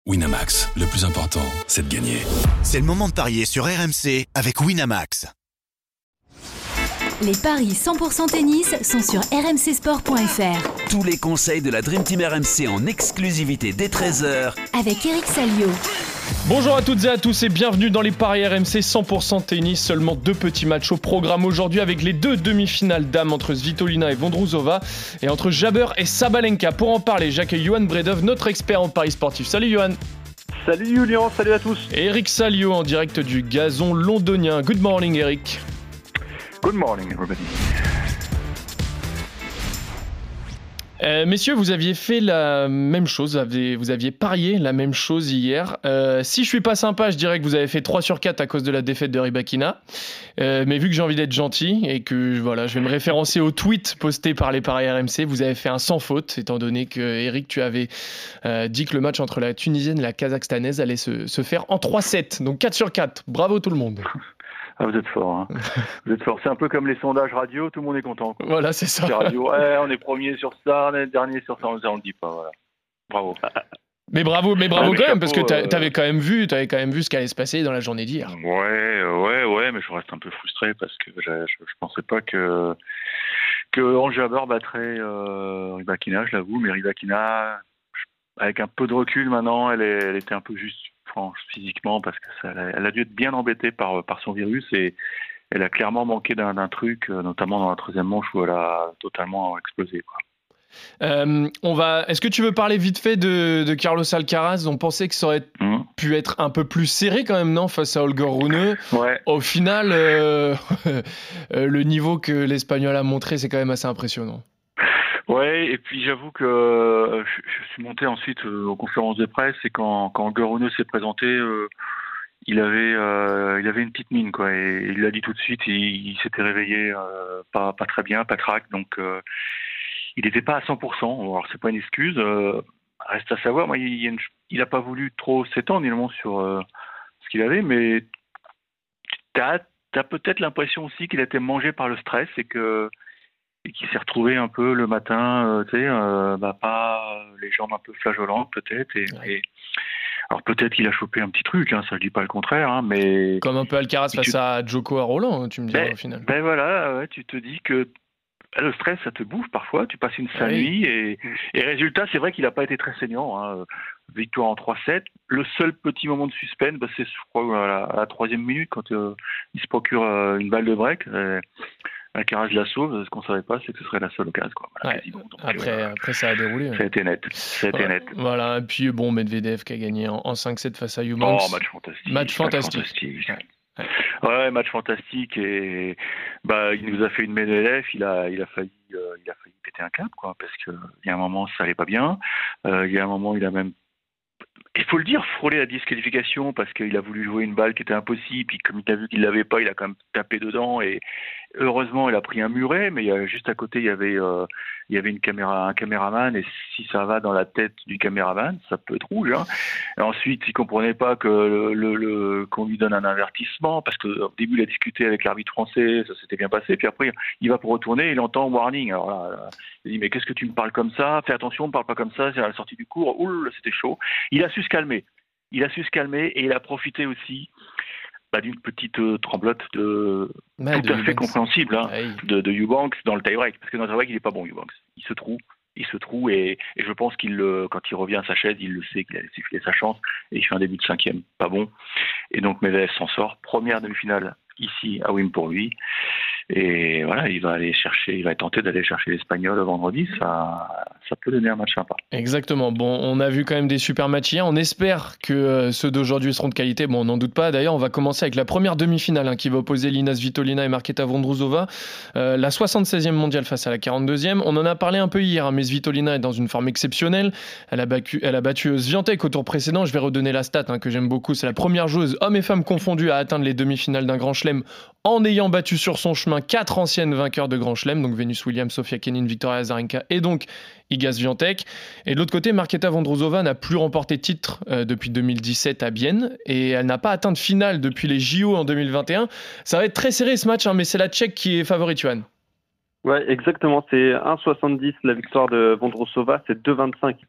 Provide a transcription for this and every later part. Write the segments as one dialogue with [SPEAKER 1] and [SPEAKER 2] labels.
[SPEAKER 1] Winamax, le plus important, c'est de gagner.
[SPEAKER 2] C'est le moment de parier sur RMC avec Winamax.
[SPEAKER 3] Les paris 100% tennis sont sur rmcsport.fr.
[SPEAKER 4] Tous les conseils de la Dream Team RMC en exclusivité dès 13h
[SPEAKER 3] avec Eric Salio.
[SPEAKER 5] Bonjour à toutes et à tous et bienvenue dans les paris RMC 100% tennis. Seulement 2 petits matchs au programme aujourd'hui avec les 2 demi-finales dames entre Svitolina et Vondrousova et entre Jabber et Sabalenka. Pour en parler, j'accueille Johan Bredov, notre expert en paris sportif. Salut Johan.
[SPEAKER 6] Salut Julien, salut à tous.
[SPEAKER 5] Et Eric Salio en direct du gazon londonien. Good morning Eric.
[SPEAKER 6] Good morning everybody.
[SPEAKER 5] Messieurs, vous aviez fait la même chose, vous aviez parié la même chose hier. Si je suis pas sympa, je dirais que vous avez fait 3 sur 4 à cause de la défaite de Rybakina. Mais vu que j'ai envie d'être gentil et que voilà, je vais me référencer au tweet posté par les paris RMC, vous avez fait un sans faute, étant donné que Eric, tu avais dit que le match entre la Tunisienne et la Kazakhstanaise allait se faire en 3-7. Donc 4 sur 4. Bravo tout le monde.
[SPEAKER 6] Ah, vous êtes fort, hein. Vous êtes fort. C'est un peu comme les sondages radio, tout le monde est content, quoi.
[SPEAKER 5] Voilà, c'est ça.
[SPEAKER 6] Radio, ouais, on est premier sur ça, on est dernier sur ça, on le dit pas, voilà. Bravo.
[SPEAKER 5] Mais bravo
[SPEAKER 6] mais
[SPEAKER 5] quand même,
[SPEAKER 6] chapeau,
[SPEAKER 5] parce que t'avais quand même vu ce qui allait se passer dans la journée d'hier.
[SPEAKER 6] Ouais, mais je reste un peu frustré parce que je pensais pas que Jabber battrait Rybakina, je l'avoue, mais Rybakina, avec un peu de recul maintenant, elle était un peu juste physiquement parce que elle a dû être bien embêtée par son virus et elle a clairement manqué d'un truc, notamment dans la 13e manche où elle a totalement explosé, quoi.
[SPEAKER 5] Est-ce que tu veux parler vite fait de Carlos Alcaraz? On pensait que ça aurait pu être un peu plus serré quand même, non, face à Holger Rune.
[SPEAKER 6] Ouais.
[SPEAKER 5] Au final, le niveau que l'Espagnol a montré, c'est quand même assez impressionnant.
[SPEAKER 6] Ouais, et puis j'avoue que je suis monté ensuite aux conférences de presse et quand Holger Rune s'est présenté, il avait une petite mine, quoi, et il l'a dit tout de suite, il s'était réveillé pas très bien, pas trac, donc il n'était pas à 100%. Alors c'est pas une excuse, reste à savoir. Moi, il a pas voulu trop s'étendre évidemment sur ce qu'il avait, mais t'as peut-être l'impression aussi qu'il a été mangé par le stress et qu'il s'est retrouvé un peu le matin, pas les jambes un peu flageolantes peut-être. Et alors peut-être qu'il a chopé un petit truc, hein, ça je dis pas le contraire, hein, mais
[SPEAKER 5] comme un peu Alcaraz face à Djoko à Roland, tu me dis au final.
[SPEAKER 6] Ben voilà, ouais, tu te dis que le stress, ça te bouffe parfois. Tu passes une sale nuit et résultat, c'est vrai qu'il n'a pas été très saignant, hein. Victoire en 3-7. Le seul petit moment de suspense, c'est je crois à la 3e minute quand il se procure une balle de break. Alcaraz la sauve. Ce qu'on ne savait pas, c'est que ce serait la seule occasion, quoi. Voilà,
[SPEAKER 5] ouais. Donc, après, ça a déroulé.
[SPEAKER 6] Ça a été net.
[SPEAKER 5] Voilà. Et puis Medvedev qui a gagné en 5-7 face à Eubanks.
[SPEAKER 6] Oh, match fantastique. Ouais, match fantastique et il nous a fait une Medvedev. Il a failli péter un câble, quoi, parce que il y a un moment ça allait pas bien. Il y a un moment il a même, il faut le dire, frôlé la disqualification parce qu'il a voulu jouer une balle qui était impossible. Puis comme il a vu qu'il l'avait pas, il a quand même tapé dedans et heureusement il a pris un muret. Mais juste à côté il y avait un caméraman et si ça va dans la tête du caméraman, ça peut être rouge, hein. Et ensuite il comprenait pas que qu'on lui donne un avertissement parce qu'au début il a discuté avec l'arbitre français, ça s'était bien passé. Puis après il va pour retourner, il entend warning. Alors là, il dit mais qu'est-ce que tu me parles comme ça? Fais attention, ne parle pas comme ça. C'est à la sortie du cours. Ouh, c'était chaud. Il a su se calmer et il a profité aussi d'une petite tremblote tout à fait compréhensible, hein, de Eubanks dans le tie-break, parce que dans le tie-break il n'est pas bon, Eubanks. Il se trouve et je pense quand il revient à sa chaise, il le sait qu'il a laissé filer sa chance et il fait un début de 5e pas bon, et donc Medvedev s'en sort, première demi-finale ici à Wim pour lui. Et voilà, il va tenter d'aller chercher l'Espagnol le vendredi. Ça peut donner un match sympa.
[SPEAKER 5] Exactement. Bon, on a vu quand même des super matchs hier. On espère que ceux d'aujourd'hui seront de qualité. Bon, on n'en doute pas. D'ailleurs, on va commencer avec la première demi-finale qui va opposer Lina Svitolina et Marketa Vondrousova. La 76e mondiale face à la 42e. On en a parlé un peu hier, mais Svitolina est dans une forme exceptionnelle. Elle a battu Swiatek au tour précédent. Je vais redonner la stat que j'aime beaucoup. C'est la première joueuse, hommes et femmes confondus, à atteindre les demi-finales d'un Grand Chelem en ayant battu sur son chemin 4 anciennes vainqueurs de Grand Chelem, donc Venus Williams, Sofia Kenin, Victoria Azarenka et donc Iga Swiatek. Et de l'autre côté, Marketa Vondrousova n'a plus remporté de titre depuis 2017 à Bienne et elle n'a pas atteint de finale depuis les JO en 2021. Ça va être très serré ce match, mais c'est la Tchèque qui est favorite, Johan.
[SPEAKER 7] Ouais, exactement. C'est 1,70 la victoire de Vondrousova, c'est 2,25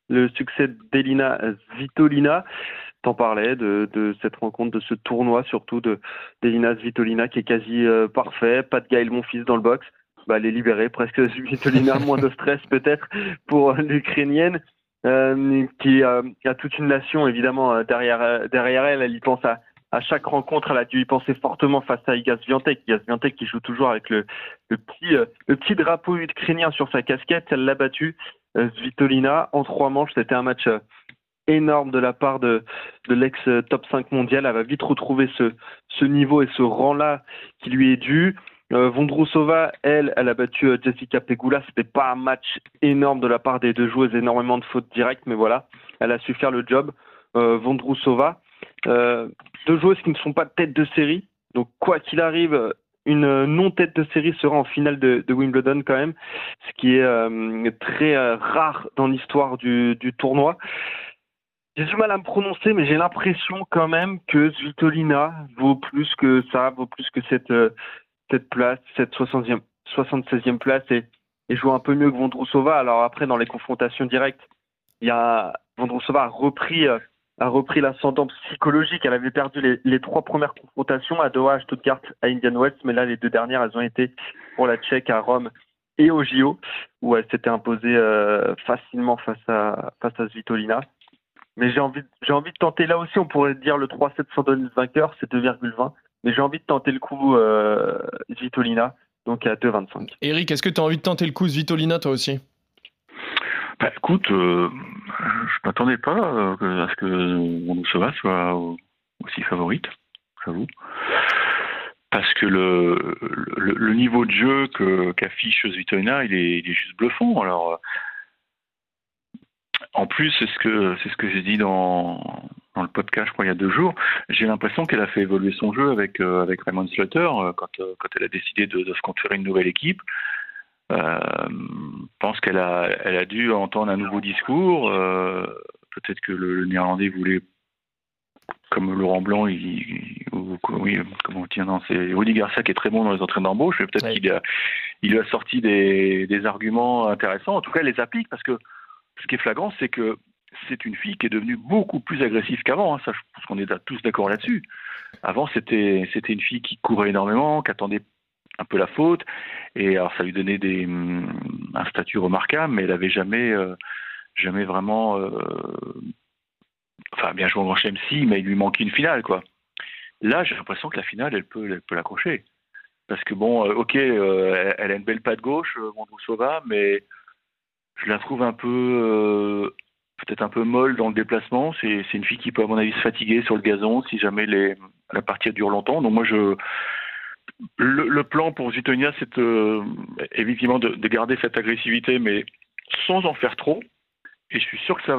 [SPEAKER 7] le succès d'Elina Svitolina. T'en parlais de cette rencontre, de ce tournoi surtout d'Elina Svitolina qui est quasi parfait. Pas de Gaël Monfils dans le box. Elle est libérée presque. Svitolina, moins de stress peut-être pour l'Ukrainienne qui a toute une nation évidemment derrière elle. Elle y pense à chaque rencontre. Elle a dû y penser fortement face à Iga Swiatek. Iga Swiatek qui joue toujours avec le petit drapeau ukrainien sur sa casquette. Elle l'a battu. Svitolina en 3 manches. C'était un match énorme de la part de l'ex-top 5 mondial. Elle va vite retrouver ce niveau et ce rang-là qui lui est dû. Vondrousova, elle a battu Jessica Pegula. C'était pas un match énorme de la part des deux joueuses, énormément de fautes directes, mais voilà, elle a su faire le job. Vondrousova, deux joueuses qui ne sont pas de tête de série, donc quoi qu'il arrive, une non-tête de série sera en finale de Wimbledon quand même, ce qui est très rare dans l'histoire du tournoi. J'ai du mal à me prononcer, mais j'ai l'impression quand même que Svitolina vaut plus que ça, vaut plus que cette place, cette 76e place et joue un peu mieux que Vondrousova. Alors après, dans les confrontations directes, Vondrousova a repris l'ascendant psychologique. Elle avait perdu les 3 premières confrontations à Doha, à Stuttgart, à Indian Wells, mais là, les 2 dernières, elles ont été pour la Tchèque à Rome et au JO, où elle s'était imposée facilement face à Svitolina. Mais j'ai envie de tenter, là aussi, on pourrait dire le 3-7 sans donner de vainqueur, c'est 2,20. Mais j'ai envie de tenter le coup Svitolina, donc à 2,25.
[SPEAKER 5] Eric, est-ce que tu as envie de tenter le coup Svitolina, toi aussi ?
[SPEAKER 6] Écoute, je m'attendais pas à ce que Vondrousova soit aussi favorite, j'avoue. Parce que le niveau de jeu qu'affiche Svitolina, il est juste bluffant. Alors, en plus, c'est ce que j'ai dit dans le podcast, je crois, il y a 2 jours. J'ai l'impression qu'elle a fait évoluer son jeu avec Raymond Slutter quand elle a décidé de se construire une nouvelle équipe. Je pense qu'elle a dû entendre un nouveau discours. Peut-être que le Néerlandais voulait, comme Laurent Blanc, c'est Rudy Garcia qui est très bon dans les entraînements d'embauche, mais peut-être qu'il lui a sorti des arguments intéressants. En tout cas, elle les applique parce que ce qui est flagrant, c'est que c'est une fille qui est devenue beaucoup plus agressive qu'avant. Ça, je pense qu'on est tous d'accord là-dessus. Avant, c'était une fille qui courait énormément, qui attendait un peu la faute. Et alors, ça lui donnait un statut remarquable, mais elle n'avait jamais vraiment... bien joué en Grand Chelem, si, mais il lui manquait une finale, quoi. Là, j'ai l'impression que la finale, elle peut l'accrocher. Parce que elle a une belle patte gauche, Vondrousova, mais je la trouve peut-être un peu molle dans le déplacement. C'est une fille qui peut, à mon avis, se fatiguer sur le gazon si jamais la partie dure longtemps. Donc moi, le plan pour Svitolina, c'est évidemment de garder cette agressivité, mais sans en faire trop. Et je suis sûr que ça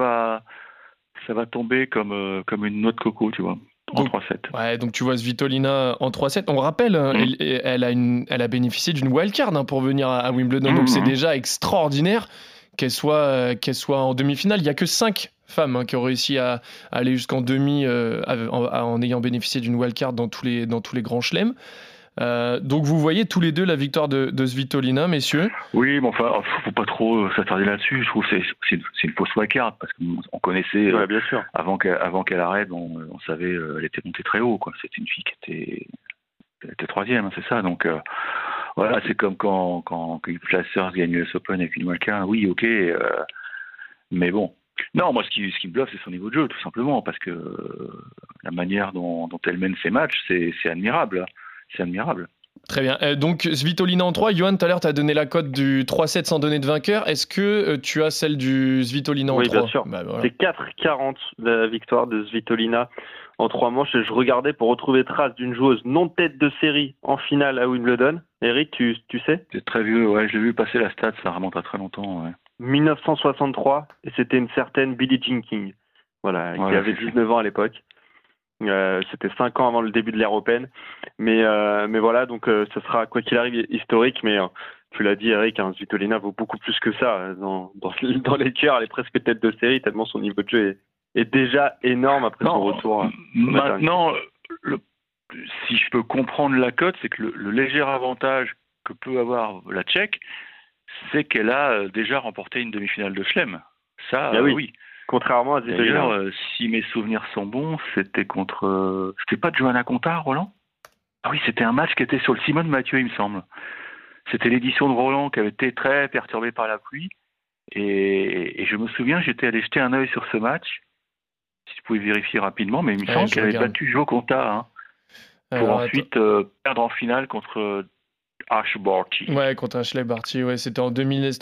[SPEAKER 6] va tomber comme une noix de coco, tu vois. En 3-7.
[SPEAKER 5] Ouais, donc tu vois Svitolina en 3-7. On rappelle, elle a bénéficié d'une wildcard pour venir à Wimbledon, donc c'est déjà extraordinaire qu'elle soit en demi-finale. Il n'y a que 5 femmes qui ont réussi à aller jusqu'en demi en ayant bénéficié d'une wildcard dans tous les grands chelems. Donc vous voyez tous les deux la victoire de Svitolina, messieurs.
[SPEAKER 6] Oui, mais enfin, faut pas trop s'attarder là-dessus. Je trouve que c'est une fausse wildcard parce qu'on connaissait
[SPEAKER 7] bien sûr.
[SPEAKER 6] avant qu'elle arrête, on savait elle était montée très haut, quoi. C'était une fille qui était 3e, c'est ça. Donc voilà, c'est comme quand Clasers gagne l'US Open avec une wildcard. Oui, ok, mais bon. Non, moi ce qui me bluffe, c'est son niveau de jeu, tout simplement, parce que la manière dont elle mène ses matchs, c'est admirable. C'est admirable.
[SPEAKER 5] Très bien. Donc, Svitolina en 3. Johan, tout à l'heure, tu as donné la cote du 3-7 sans donner de vainqueur. Est-ce que tu as celle du Svitolina en 3 ?
[SPEAKER 7] Oui, bien sûr. Voilà. C'est 4,40 la victoire de Svitolina en 3 manches. Et je regardais pour retrouver trace d'une joueuse non tête de série en finale à Wimbledon. Eric, tu sais ?
[SPEAKER 6] C'est très vieux, ouais. Je l'ai vu passer la stat, ça remonte à très longtemps, ouais.
[SPEAKER 7] 1963, et c'était une certaine Billie Jean King. Voilà, qui avait 19 ans à l'époque. C'était 5 ans avant le début de l'ère européenne, mais voilà, donc ce sera quoi qu'il arrive historique, mais tu l'as dit Eric, Svitolina vaut beaucoup plus que ça dans les cœurs. Elle est presque tête de série tellement son niveau de jeu est déjà énorme après son retour.
[SPEAKER 6] Maintenant, si je peux comprendre la cote, c'est que le léger avantage que peut avoir la Tchèque, c'est qu'elle a déjà remporté une demi-finale de Chelem. Ça, oui.
[SPEAKER 7] Contrairement à Svitolina.
[SPEAKER 6] D'ailleurs, si mes souvenirs sont bons, c'était c'était pas Johanna Konta, Roland ? Ah oui, c'était un match qui était sur le Simone Mathieu, il me semble. C'était l'édition de Roland qui avait été très perturbée par la pluie. Et je me souviens, j'étais allé jeter un œil sur ce match, si vous pouvez vérifier rapidement, mais il me semble qu'elle avait battu Jo Konta pour ensuite perdre en finale contre Ash Barty.
[SPEAKER 5] Ouais, contre Ashley Barty, c'était en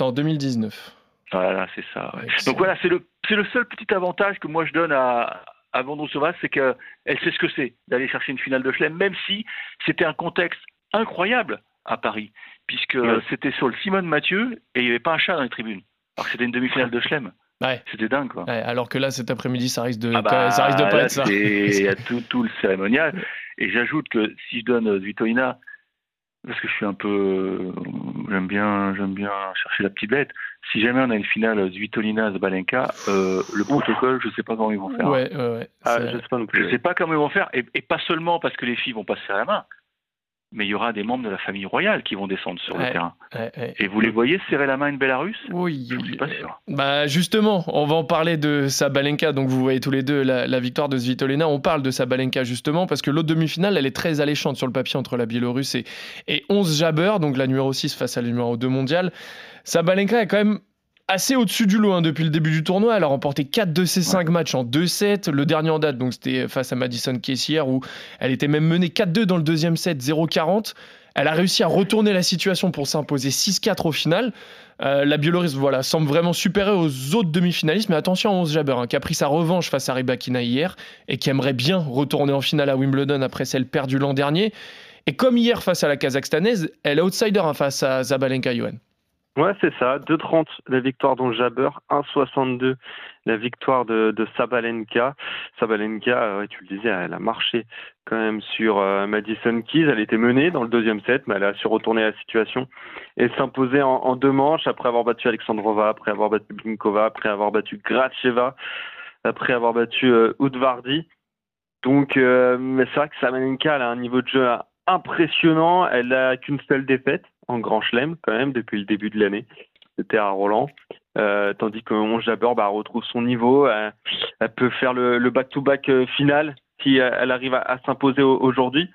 [SPEAKER 5] 2019.
[SPEAKER 6] Voilà, c'est ça. Ouais. Donc voilà, c'est le seul petit avantage que moi je donne à Vondrousova, c'est qu'elle sait ce que c'est d'aller chercher une finale de Chelem, même si c'était un contexte incroyable à Paris, puisque c'était sur le Simone Mathieu et il n'y avait pas un chat dans les tribunes. Alors que c'était une demi-finale de Chelem.
[SPEAKER 5] Ouais.
[SPEAKER 6] C'était dingue, quoi.
[SPEAKER 5] Ouais, alors que là, cet après-midi, ça risque de pas être ça.
[SPEAKER 6] Il y a tout le cérémonial. Et j'ajoute que si je donne Svitolina, parce que je suis un peu... J'aime bien chercher la petite bête. Si jamais on a une finale Svitolina-Zabalenka, le protocole, je ne sais pas comment ils vont faire.
[SPEAKER 5] Ouais.
[SPEAKER 6] Je sais pas non plus. Je sais pas comment ils vont faire. Et pas seulement parce que les filles vont pas se faire la main, mais il y aura des membres de la famille royale qui vont descendre sur le terrain. Et vous les voyez serrer la main à une Bélarusse ?
[SPEAKER 5] Oui.
[SPEAKER 6] Je ne suis pas sûr.
[SPEAKER 5] Bah justement, on va en parler de Sabalenka. Donc vous voyez tous les deux la victoire de Svitolina. On parle de Sabalenka justement parce que l'autre demi-finale, elle est très alléchante sur le papier entre la Biélorusse et 11 Jabeur, donc la numéro 6 face à la numéro 2 mondiale. Sabalenka est quand même assez au-dessus du lot depuis le début du tournoi. Elle a remporté 4 de ses 5 matchs en 2-7. Le dernier en date, donc c'était face à Madison Keys hier, où elle était même menée 4-2 dans le deuxième set, 0-40. Elle a réussi à retourner la situation pour s'imposer 6-4 au final. La Biélorusse semble vraiment supérieure aux autres demi-finalistes, mais attention à 11 Jabeur, qui a pris sa revanche face à Rybakina hier et qui aimerait bien retourner en finale à Wimbledon après celle perdue l'an dernier. Et comme hier face à la Kazakhstanaise, elle est outsider face à Sabalenka, Johan.
[SPEAKER 7] Ouais, c'est ça. 2,30 la victoire d'Ons Jabeur, 1,62 la victoire de Sabalenka. Sabalenka, tu le disais, elle a marché quand même sur Madison Keys. Elle était menée dans le deuxième set, mais elle a su retourner la situation et s'imposer en 2 manches après avoir battu Alexandrova, après avoir battu Blinkova, après avoir battu Gracheva, après avoir battu Udvardy. Donc, mais c'est vrai que Sabalenka, elle a un niveau de jeu impressionnant. Elle n'a qu'une seule défaite en Grand Chelem quand même depuis le début de l'année. C'était à Roland. Tandis que Ons Jabeur retrouve son niveau. Elle peut faire le back-to-back final si elle arrive à s'imposer aujourd'hui.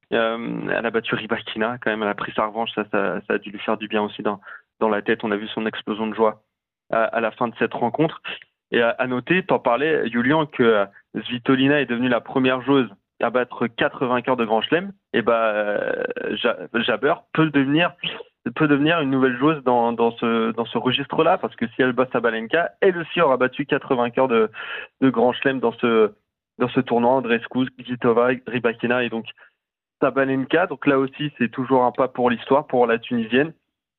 [SPEAKER 7] Elle a battu Rybakina quand même. Elle a pris sa revanche. Ça a dû lui faire du bien aussi dans la tête. On a vu son explosion de joie à la fin de cette rencontre. Et à noter, t'en parlais, Julian, que Svitolina est devenue la première joueuse à battre 4 vainqueurs de Grand Chelem. Et Jabeur peut devenir une nouvelle joueuse dans ce registre-là, parce que si elle bat Sabalenka, elle aussi aura battu 4 vainqueurs de Grand Chelem dans ce tournoi, Andreescu, Kvitova, Rybakina et donc Sabalenka. Donc là aussi, c'est toujours un pas pour l'histoire, pour la Tunisienne.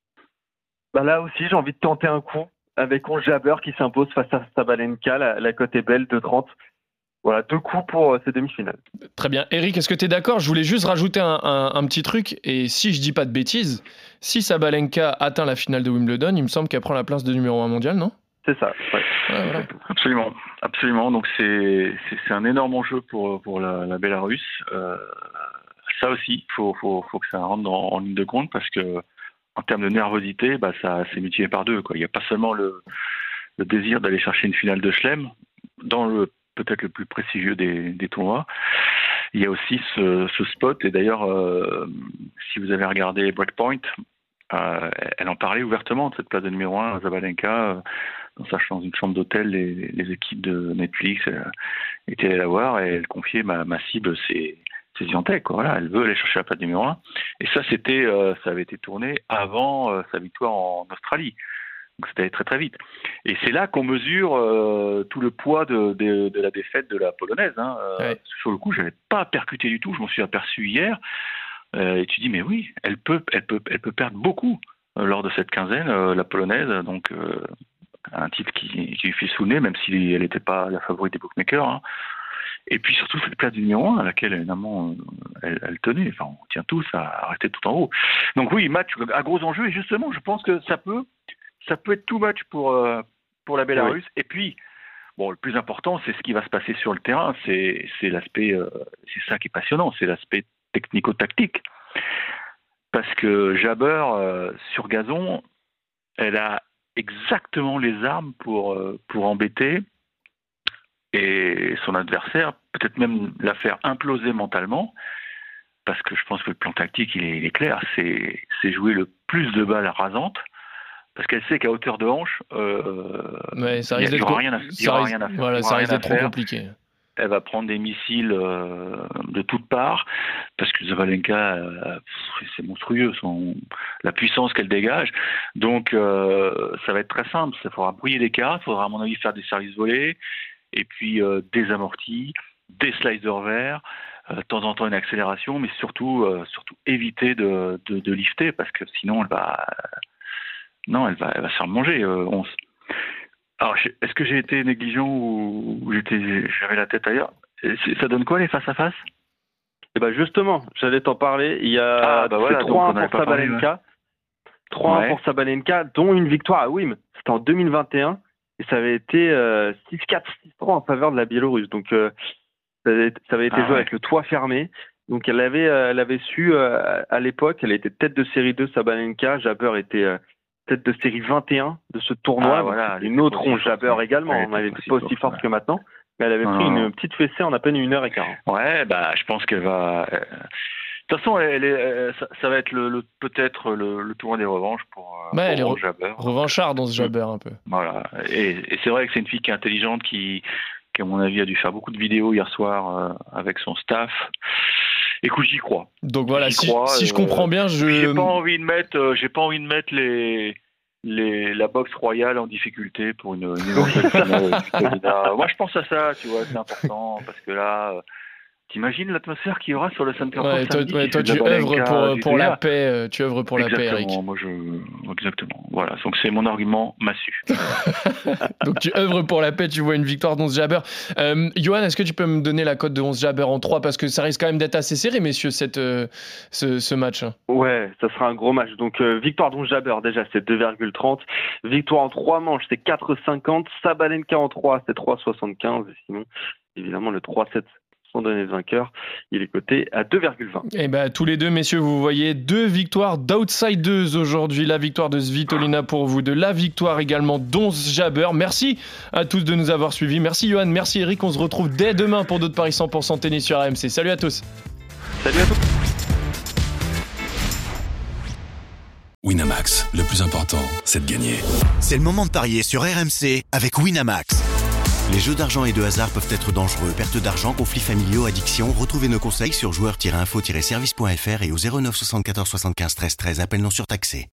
[SPEAKER 7] Là aussi, j'ai envie de tenter un coup avec Ons Jabeur qui s'impose face à Sabalenka. La cote est belle, 2,30. Voilà, 2 coups pour ces demi-finales.
[SPEAKER 5] Très bien. Eric, est-ce que tu es d'accord ? Je voulais juste rajouter un petit truc. Et si je dis pas de bêtises, si Sabalenka atteint la finale de Wimbledon, il me semble qu'elle prend la place de numéro 1 mondial, non ?
[SPEAKER 7] C'est ça, ouais.
[SPEAKER 5] Voilà.
[SPEAKER 6] Absolument. Donc c'est un énorme enjeu pour la Bélarusse. Ça aussi, faut que ça rentre en ligne de compte, parce que en termes de nervosité, ça s'est multiplié par 2, quoi. Il n'y a pas seulement le désir d'aller chercher une finale de Chelem dans peut-être le plus prestigieux des tournois. Il y a aussi ce spot, et d'ailleurs, si vous avez regardé Breakpoint, elle en parlait ouvertement de cette place de numéro 1 à Zabalenka, dans une chambre d'hôtel. Les équipes de Netflix étaient allées la voir, et elle confiait ma cible, c'est Swiatek, quoi. Voilà, elle veut aller chercher la place numéro 1. Et ça, ça avait été tourné avant sa victoire en Australie. Donc c'était allé très très vite. Et c'est là qu'on mesure tout le poids de la défaite de la Polonaise. Ouais. Sur le coup, je n'avais pas percuté du tout. Je m'en suis aperçu hier. Et tu dis, mais oui, elle peut perdre beaucoup lors de cette quinzaine, la Polonaise. Donc un titre qui lui fait sous le nez, même si elle n'était pas la favorite des bookmakers. Et puis surtout cette place du numéro 1 à laquelle évidemment elle tenait. Enfin, on tient tous à rester tout en haut. Donc oui, match à gros enjeux. Et justement, je pense que ça peut être too much pour la Bélarusse. Oui. Et puis, le plus important, c'est ce qui va se passer sur le terrain. C'est l'aspect, c'est ça qui est passionnant, c'est l'aspect technico-tactique. Parce que Jabeur, sur gazon, elle a exactement les armes pour embêter et son adversaire, peut-être même la faire imploser mentalement, parce que je pense que le plan tactique, il est clair, c'est jouer le plus de balles rasantes, parce qu'elle sait qu'à hauteur de hanche,
[SPEAKER 5] ça risque d'être
[SPEAKER 6] rien à faire.
[SPEAKER 5] Voilà, ça risque d'être trop compliqué.
[SPEAKER 6] Elle va prendre des missiles de toutes parts, parce que Sabalenka, c'est monstrueux, la puissance qu'elle dégage. Donc, ça va être très simple. Il faudra brouiller les cartes, il faudra, à mon avis, faire des services volés, et puis des amortis, des sliders verts, de temps en temps une accélération, mais surtout éviter de lifter, parce que sinon, elle va se faire manger, 11. Alors, est-ce que j'ai été négligent ou j'avais la tête ailleurs? Ça donne quoi les face-à-face?
[SPEAKER 7] Eh ben justement, j'allais t'en parler. Il y a 3-1 pour Sabalenka. 3-1 pour Sabalenka, dont une victoire à Wim. C'était en 2021 et ça avait été 6-4, 6-3 en faveur de la Biélorusse. Donc ça avait été joué avec le toit fermé. Donc elle avait su à l'époque, elle était tête de série 2 Sabalenka, Jabber était tête de série 21 de ce tournoi. Une autre ronde Jabber également. On n'avait pas aussi forte que maintenant. Mais elle avait pris une petite fessée en à peine 1h15.
[SPEAKER 6] Ouais, je pense qu'elle va. De toute façon, ça va être peut-être le tournoi des revanches pour Jabber.
[SPEAKER 5] Revanchard dans ce Jabber un peu.
[SPEAKER 6] Voilà. Et c'est vrai que c'est une fille qui est intelligente, qui à mon avis a dû faire beaucoup de vidéos hier soir avec son staff. Écoute, j'y crois.
[SPEAKER 5] Donc voilà, si je comprends bien,
[SPEAKER 6] j'ai pas envie de mettre la boxe royale en difficulté pour une éventuelle finale. Moi, je pense à ça, tu vois, c'est important parce que là, t'imagines l'atmosphère qu'il y aura sur le Center Court samedi.
[SPEAKER 5] Toi, tu œuvres pour la paix. Tu œuvres pour la paix, Eric.
[SPEAKER 6] Exactement. Voilà. Donc c'est mon argument massu.
[SPEAKER 5] Donc tu œuvres pour la paix. Tu vois une victoire d'11 Jabber. Johan, est-ce que tu peux me donner la cote de 11 Jabber en 3 parce que ça risque quand même d'être assez serré, messieurs, ce match.
[SPEAKER 7] Ouais, ça sera un gros match. Donc victoire d'11 Jabber déjà c'est 2,30. Victoire en 3 manches c'est 4,50. Sabalenka en 3 c'est 3,75. Et sinon évidemment le 3-7. Sans donner de vainqueur, il est coté à 2,20.
[SPEAKER 5] Et tous les deux, messieurs, vous voyez 2 victoires d'outsiders aujourd'hui. La victoire de Svitolina pour vous, de la victoire également d'11 Jabber. Merci à tous de nous avoir suivis. Merci Johan, merci Eric. On se retrouve dès demain pour d'autres paris 100% tennis sur RMC. Salut à tous.
[SPEAKER 7] Salut à tous.
[SPEAKER 1] Winamax, le plus important, c'est de gagner.
[SPEAKER 2] C'est le moment de parier sur RMC avec Winamax. Les jeux d'argent et de hasard peuvent être dangereux. Perte d'argent, conflits familiaux, addiction. Retrouvez nos conseils sur joueurs-info-service.fr et au 09 74 75 13 13. Appel non surtaxé.